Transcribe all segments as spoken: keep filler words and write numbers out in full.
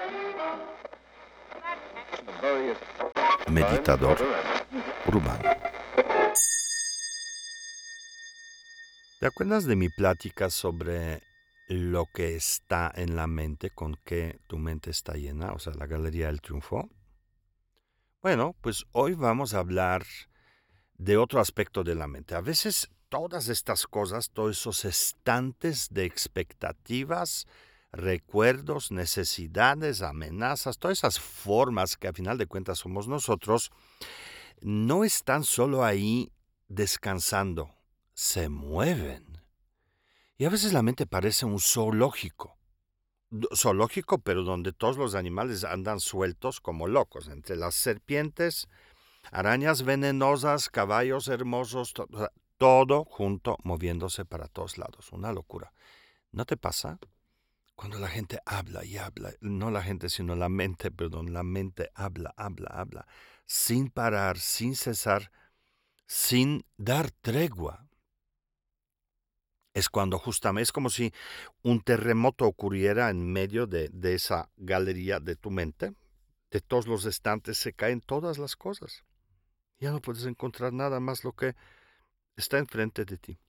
Meditador urbano. ¿Te acuerdas de mi plática sobre lo que está en la mente, con qué tu mente está llena, o sea, la Galería del Triunfo? Bueno, pues hoy vamos a hablar de otro aspecto de la mente. A veces todas estas cosas, todos esos estantes de expectativas, recuerdos, necesidades, amenazas, todas esas formas que a final de cuentas somos nosotros, no están solo ahí descansando, se mueven. Y a veces la mente parece un zoológico. Do- Zoológico, pero donde todos los animales andan sueltos como locos, entre las serpientes, arañas venenosas, caballos hermosos, to- o sea, todo junto moviéndose para todos lados. Una locura. ¿No te pasa? Cuando la gente habla y habla, no la gente, sino la mente, perdón, la mente habla, habla, habla, sin parar, sin cesar, sin dar tregua. Es cuando justamente, es como si un terremoto ocurriera en medio de, de esa galería de tu mente. De todos los estantes se caen todas las cosas. Ya no puedes encontrar nada más lo que está enfrente de ti.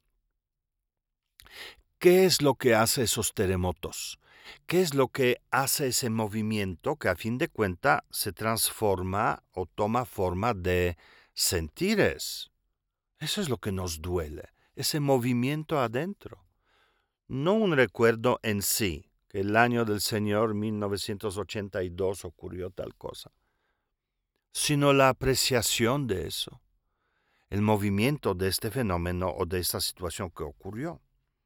¿Qué es lo que hace esos terremotos? ¿Qué es lo que hace ese movimiento que a fin de cuentas se transforma o toma forma de sentires? Eso es lo que nos duele, ese movimiento adentro. No un recuerdo en sí, que el año del Señor mil novecientos ochenta y dos ocurrió tal cosa, sino la apreciación de eso, el movimiento de este fenómeno o de esta situación que ocurrió.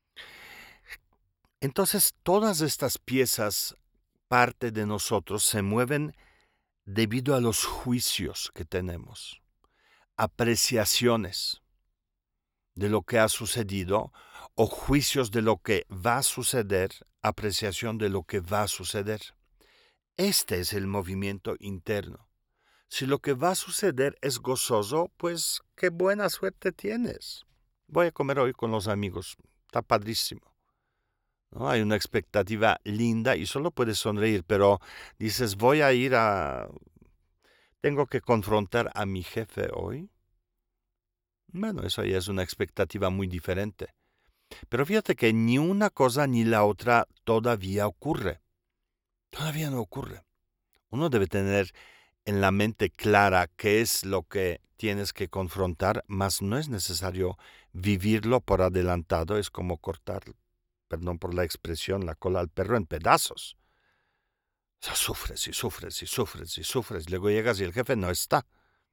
Entonces, todas estas piezas, parte de nosotros, se mueven debido a los juicios que tenemos, apreciaciones de lo que ha sucedido o juicios de lo que va a suceder, apreciación de lo que va a suceder. Este es el movimiento interno. Si lo que va a suceder es gozoso, pues qué buena suerte tienes. Voy a comer hoy con los amigos. Está padrísimo, ¿no? Hay una expectativa linda y solo puedes sonreír, pero dices, voy a ir a... Tengo que confrontar a mi jefe hoy. Bueno, eso ya es una expectativa muy diferente. Pero fíjate que ni una cosa ni la otra todavía ocurre. Todavía no ocurre. Uno debe tener en la mente clara qué es lo que tienes que confrontar, mas no es necesario vivirlo por adelantado. Es como cortar, perdón por la expresión, la cola al perro en pedazos. O sea, sufres y sufres y sufres y sufres. Luego llegas y el jefe no está.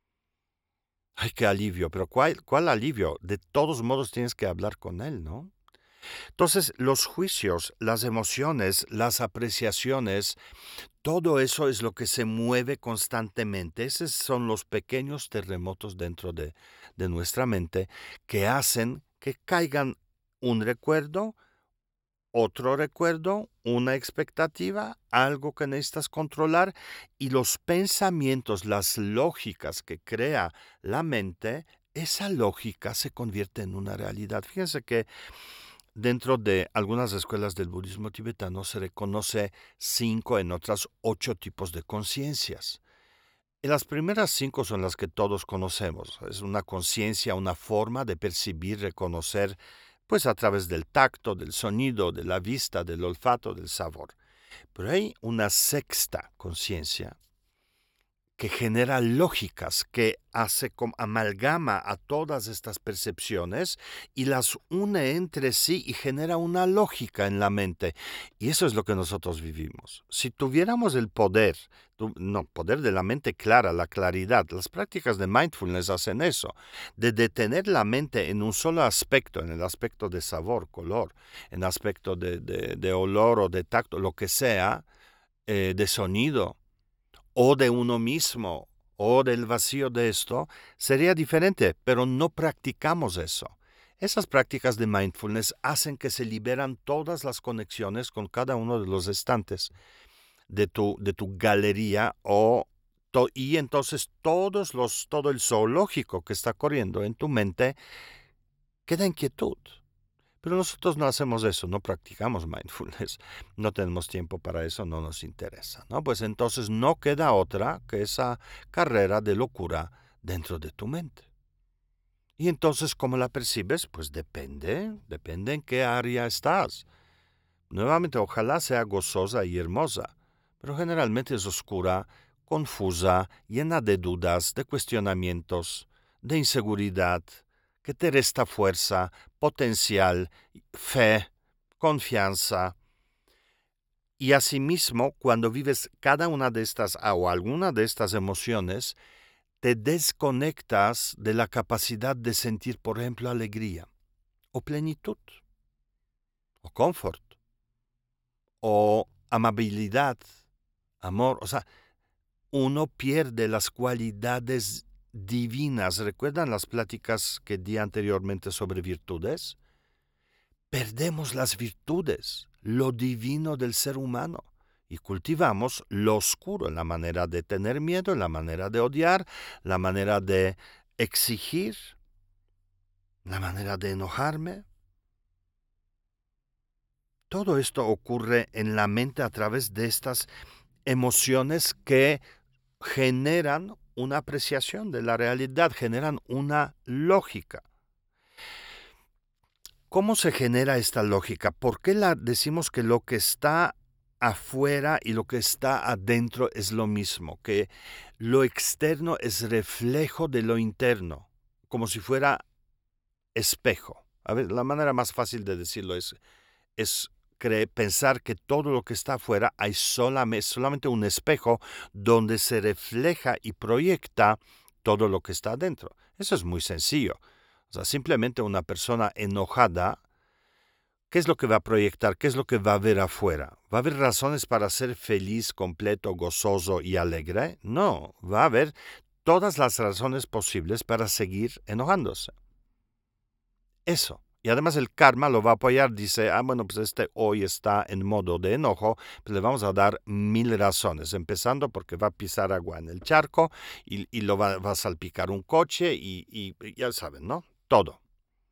Ay, qué alivio. Pero ¿cuál, cuál alivio? De todos modos tienes que hablar con él, ¿no? Entonces, los juicios, las emociones, las apreciaciones, todo eso es lo que se mueve constantemente. Esos son los pequeños terremotos dentro de, de nuestra mente que hacen que caigan un recuerdo, otro recuerdo, una expectativa, algo que necesitas controlar y los pensamientos, las lógicas que crea la mente, esa lógica se convierte en una realidad. Fíjense que dentro de algunas escuelas del budismo tibetano se reconoce cinco, en otras ocho tipos de conciencias. Y las primeras cinco son las que todos conocemos. Es una conciencia, una forma de percibir, reconocer, pues a través del tacto, del sonido, de la vista, del olfato, del sabor. Pero hay una sexta conciencia que genera lógicas, que hace como amalgama a todas estas percepciones y las une entre sí y genera una lógica en la mente. Y eso es lo que nosotros vivimos. Si tuviéramos el poder, tu, no, poder de la mente clara, la claridad, las prácticas de mindfulness hacen eso, de detener la mente en un solo aspecto, en el aspecto de sabor, color, en aspecto de, de, de olor o de tacto, lo que sea, eh, de sonido, o de uno mismo o del vacío de esto, sería diferente, pero no practicamos eso. Esas prácticas de mindfulness hacen que se liberan todas las conexiones con cada uno de los estantes de tu, de tu galería o to, y entonces todos los, todo el zoológico que está corriendo en tu mente queda en quietud. Pero nosotros no hacemos eso, no practicamos mindfulness, no tenemos tiempo para eso, no nos interesa, ¿no? Pues entonces no queda otra que esa carrera de locura dentro de tu mente. Y entonces, ¿cómo la percibes? Pues depende, depende en qué área estás. Nuevamente, ojalá sea gozosa y hermosa, pero generalmente es oscura, confusa, llena de dudas, de cuestionamientos, de inseguridad, que te resta fuerza, potencial, fe, confianza. Y asimismo, cuando vives cada una de estas o alguna de estas emociones, te desconectas de la capacidad de sentir, por ejemplo, alegría, o plenitud, o confort, o amabilidad, amor. O sea, uno pierde las cualidades divinas. ¿Recuerdan las pláticas que di anteriormente sobre virtudes? Perdemos las virtudes, lo divino del ser humano, y cultivamos lo oscuro en la manera de tener miedo, en la manera de odiar, la manera de exigir, la manera de enojarme. Todo esto ocurre en la mente a través de estas emociones que generan una apreciación de la realidad, generan una lógica. ¿Cómo se genera esta lógica? ¿Por qué la decimos que lo que está afuera y lo que está adentro es lo mismo? Que lo externo es reflejo de lo interno, como si fuera espejo. A ver, la manera más fácil de decirlo es, es cre- pensar que todo lo que está afuera hay solamente, solamente un espejo donde se refleja y proyecta todo lo que está adentro. Eso es muy sencillo. O sea, simplemente una persona enojada, ¿qué es lo que va a proyectar? ¿Qué es lo que va a ver afuera? ¿Va a haber razones para ser feliz, completo, gozoso y alegre? No, va a haber todas las razones posibles para seguir enojándose. Eso. Y además el karma lo va a apoyar, dice, ah, bueno, pues este hoy está en modo de enojo, pues le vamos a dar mil razones, empezando porque va a pisar agua en el charco y, y lo va, va a salpicar un coche y, y ya saben, ¿no? Todo.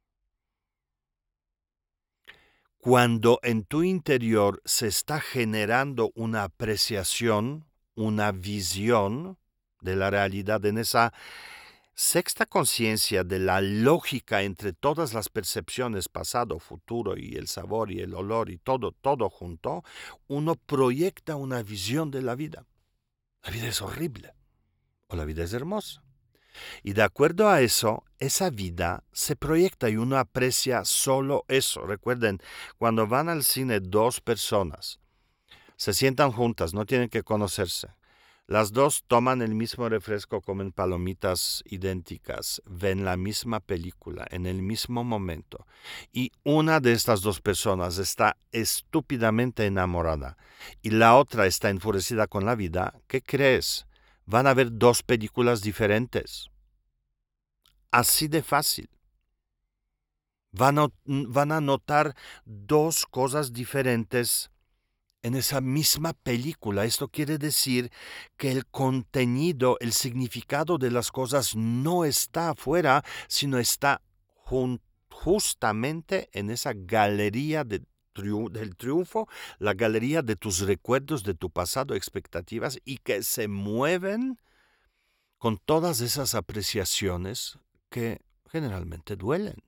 Cuando en tu interior se está generando una apreciación, una visión de la realidad en esa sexta conciencia de la lógica entre todas las percepciones, pasado, futuro y el sabor y el olor y todo, todo junto, uno proyecta una visión de la vida. La vida es horrible o la vida es hermosa. Y de acuerdo a eso, esa vida se proyecta y uno aprecia solo eso. Recuerden, cuando van al cine dos personas, se sientan juntas, no tienen que conocerse. Las dos toman el mismo refresco, comen palomitas idénticas, ven la misma película en el mismo momento. Y una de estas dos personas está estúpidamente enamorada y la otra está enfurecida con la vida. ¿Qué crees? Van a ver dos películas diferentes. Así de fácil. Van a, van a notar dos cosas diferentes en esa misma película. Esto quiere decir que el contenido, el significado de las cosas no está afuera, sino está jun- justamente en esa galería de triu- del triunfo, la galería de tus recuerdos, de tu pasado, expectativas, y que se mueven con todas esas apreciaciones que generalmente duelen.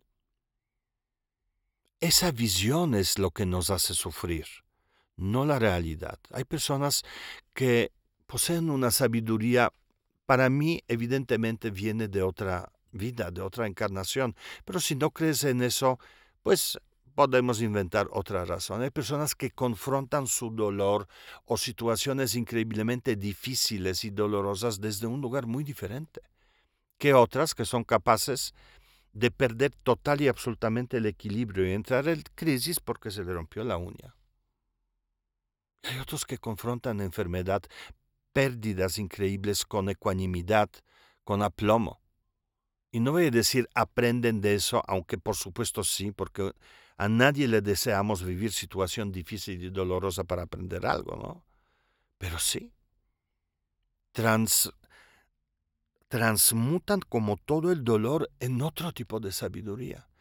Esa visión es lo que nos hace sufrir, no la realidad. Hay personas que poseen una sabiduría, para mí evidentemente viene de otra vida, de otra encarnación, pero si no crees en eso, pues podemos inventar otra razón. Hay personas que confrontan su dolor o situaciones increíblemente difíciles y dolorosas desde un lugar muy diferente que otras que son capaces de perder total y absolutamente el equilibrio y entrar en crisis porque se le rompió la uña. Hay otros que confrontan enfermedad, pérdidas increíbles con ecuanimidad, con aplomo. Y no voy a decir aprenden de eso, aunque por supuesto sí, porque a nadie le deseamos vivir situación difícil y dolorosa para aprender algo, ¿no? Pero sí, trans, transmutan como todo el dolor en otro tipo de sabiduría.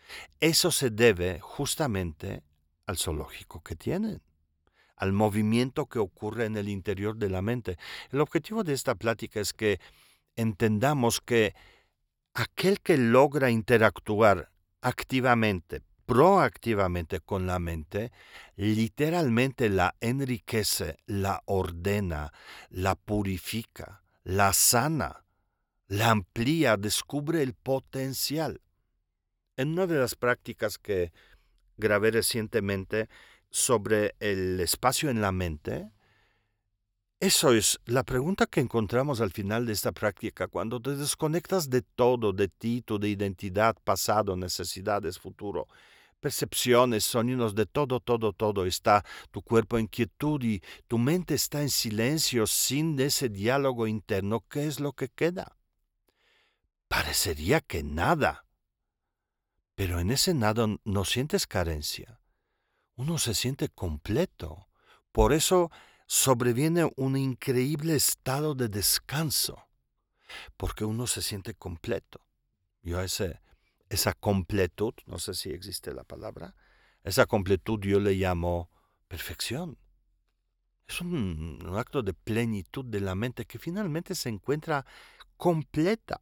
Eso se debe justamente al zoológico que tienen, al movimiento que ocurre en el interior de la mente. El objetivo de esta plática es que entendamos que aquel que logra interactuar activamente, proactivamente con la mente, literalmente la enriquece, la ordena, la purifica, la sana, la amplía, descubre el potencial. En una de las prácticas que grabé recientemente sobre el espacio en la mente, eso es la pregunta que encontramos al final de esta práctica. Cuando te desconectas de todo, de ti, tu de identidad, pasado, necesidades, futuro, percepciones, sonidos, de todo, todo, todo, está tu cuerpo en quietud y tu mente está en silencio, sin ese diálogo interno, ¿qué es lo que queda? Parecería que nada. Pero en ese nada no sientes carencia. Uno se siente completo. Por eso sobreviene un increíble estado de descanso, porque uno se siente completo. Yo a ese, esa completud, no sé si existe la palabra, esa completud yo le llamo perfección. Es un, un acto de plenitud de la mente que finalmente se encuentra completa.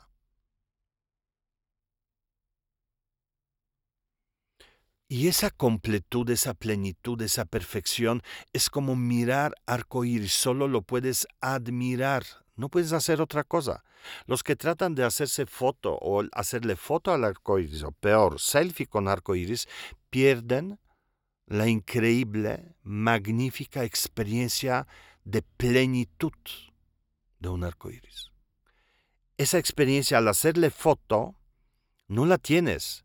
Y esa completud, esa plenitud, esa perfección es como mirar arcoíris, solo lo puedes admirar, no puedes hacer otra cosa. Los que tratan de hacerse foto o hacerle foto al arcoíris, o peor, selfie con arcoíris, pierden la increíble, magnífica experiencia de plenitud de un arcoíris. Esa experiencia al hacerle foto no la tienes.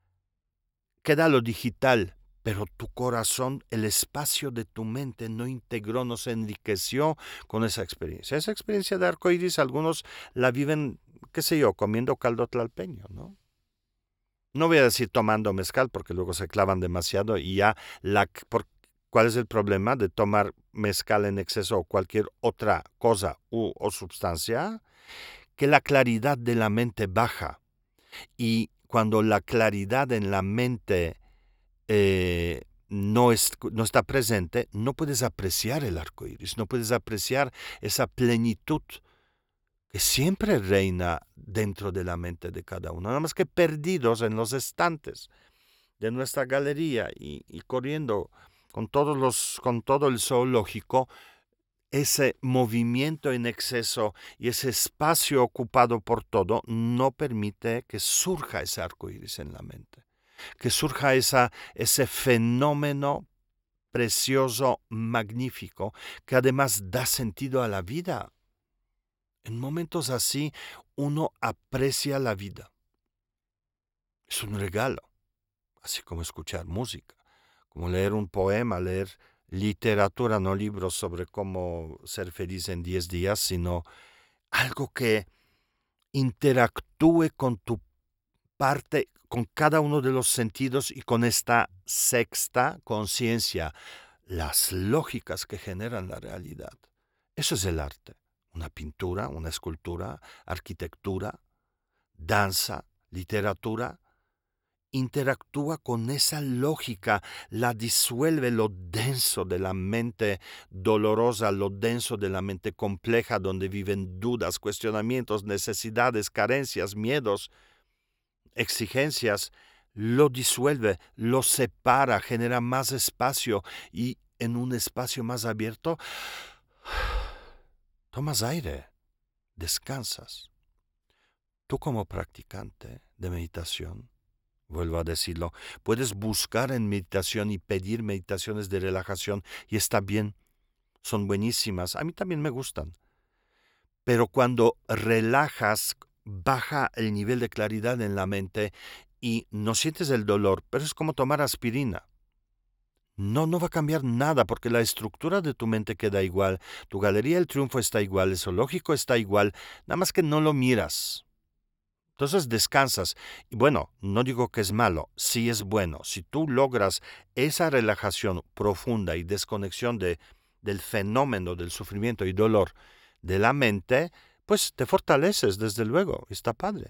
Queda lo digital, pero tu corazón, el espacio de tu mente no integró, no se enriqueció con esa experiencia. Esa experiencia de arcoíris, algunos la viven, qué sé yo, comiendo caldo tlalpeño, ¿no? No voy a decir tomando mezcal, porque luego se clavan demasiado y ya la... Por, ¿cuál es el problema de tomar mezcal en exceso o cualquier otra cosa u, o sustancia? Que la claridad de la mente baja. Y cuando la claridad en la mente eh, no, es, no está presente, no puedes apreciar el arco iris, no puedes apreciar esa plenitud que siempre reina dentro de la mente de cada uno, nada más que perdidos en los estantes de nuestra galería y, y corriendo con, todos los, con todo el zoológico. Ese movimiento en exceso y ese espacio ocupado por todo no permite que surja ese arco iris en la mente, que surja esa, ese fenómeno precioso, magnífico, que además da sentido a la vida. En momentos así uno aprecia la vida. Es un regalo, así como escuchar música, como leer un poema, leer literatura, no libros sobre cómo ser feliz en diez días, sino algo que interactúe con tu parte, con cada uno de los sentidos y con esta sexta conciencia, las lógicas que generan la realidad. Eso es el arte. Una pintura, una escultura, arquitectura, danza, literatura, interactúa con esa lógica, la disuelve lo denso de la mente dolorosa, lo denso de la mente compleja, donde viven dudas, cuestionamientos, necesidades, carencias, miedos, exigencias, lo disuelve, lo separa, genera más espacio y en un espacio más abierto, tomas aire, descansas. Tú como practicante de meditación, vuelvo a decirlo, puedes buscar en meditación y pedir meditaciones de relajación y está bien, son buenísimas, a mí también me gustan. Pero cuando relajas, baja el nivel de claridad en la mente y no sientes el dolor, pero es como tomar aspirina. No, no va a cambiar nada porque la estructura de tu mente queda igual, tu galería del triunfo está igual, el zoológico está igual, nada más que no lo miras. Entonces descansas. Y bueno, no digo que es malo, sí es bueno. Si tú logras esa relajación profunda y desconexión de, del fenómeno del sufrimiento y dolor de la mente, pues te fortaleces, desde luego, está padre.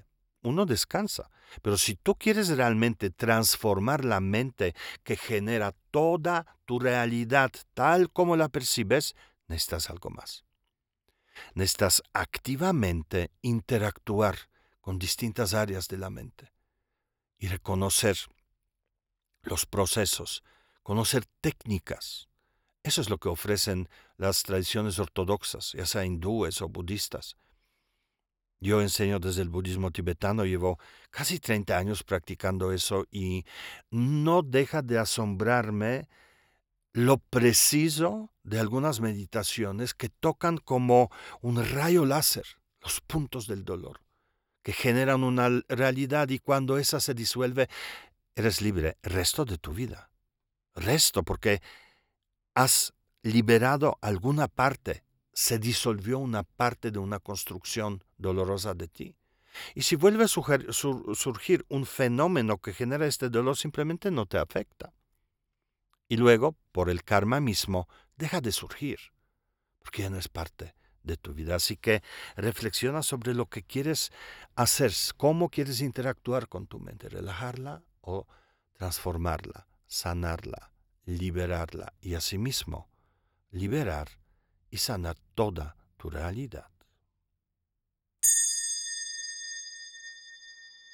uno descansa. Pero si tú quieres realmente transformar la mente que genera toda tu realidad tal como la percibes, necesitas algo más. Necesitas activamente interactuar con distintas áreas de la mente y reconocer los procesos, conocer técnicas. Eso es lo que ofrecen las tradiciones ortodoxas, ya sea hindúes o budistas. Yo enseño desde el budismo tibetano, llevo casi treinta años practicando eso y no deja de asombrarme lo preciso de algunas meditaciones que tocan como un rayo láser los puntos del dolor, que generan una realidad y cuando esa se disuelve, eres libre el resto de tu vida. Resto, porque has liberado alguna parte, se disolvió una parte de una construcción dolorosa de ti. Y si vuelve a surgir, sur, surgir un fenómeno que genera este dolor, simplemente no te afecta. Y luego, por el karma mismo, deja de surgir, porque ya no es parte de tu vida. Así que reflexiona sobre lo que quieres hacer, cómo quieres interactuar con tu mente, relajarla o transformarla, sanarla, liberarla y asimismo liberar y sanar toda tu realidad.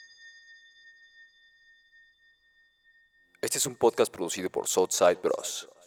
Este es un podcast producido por Southside Bros.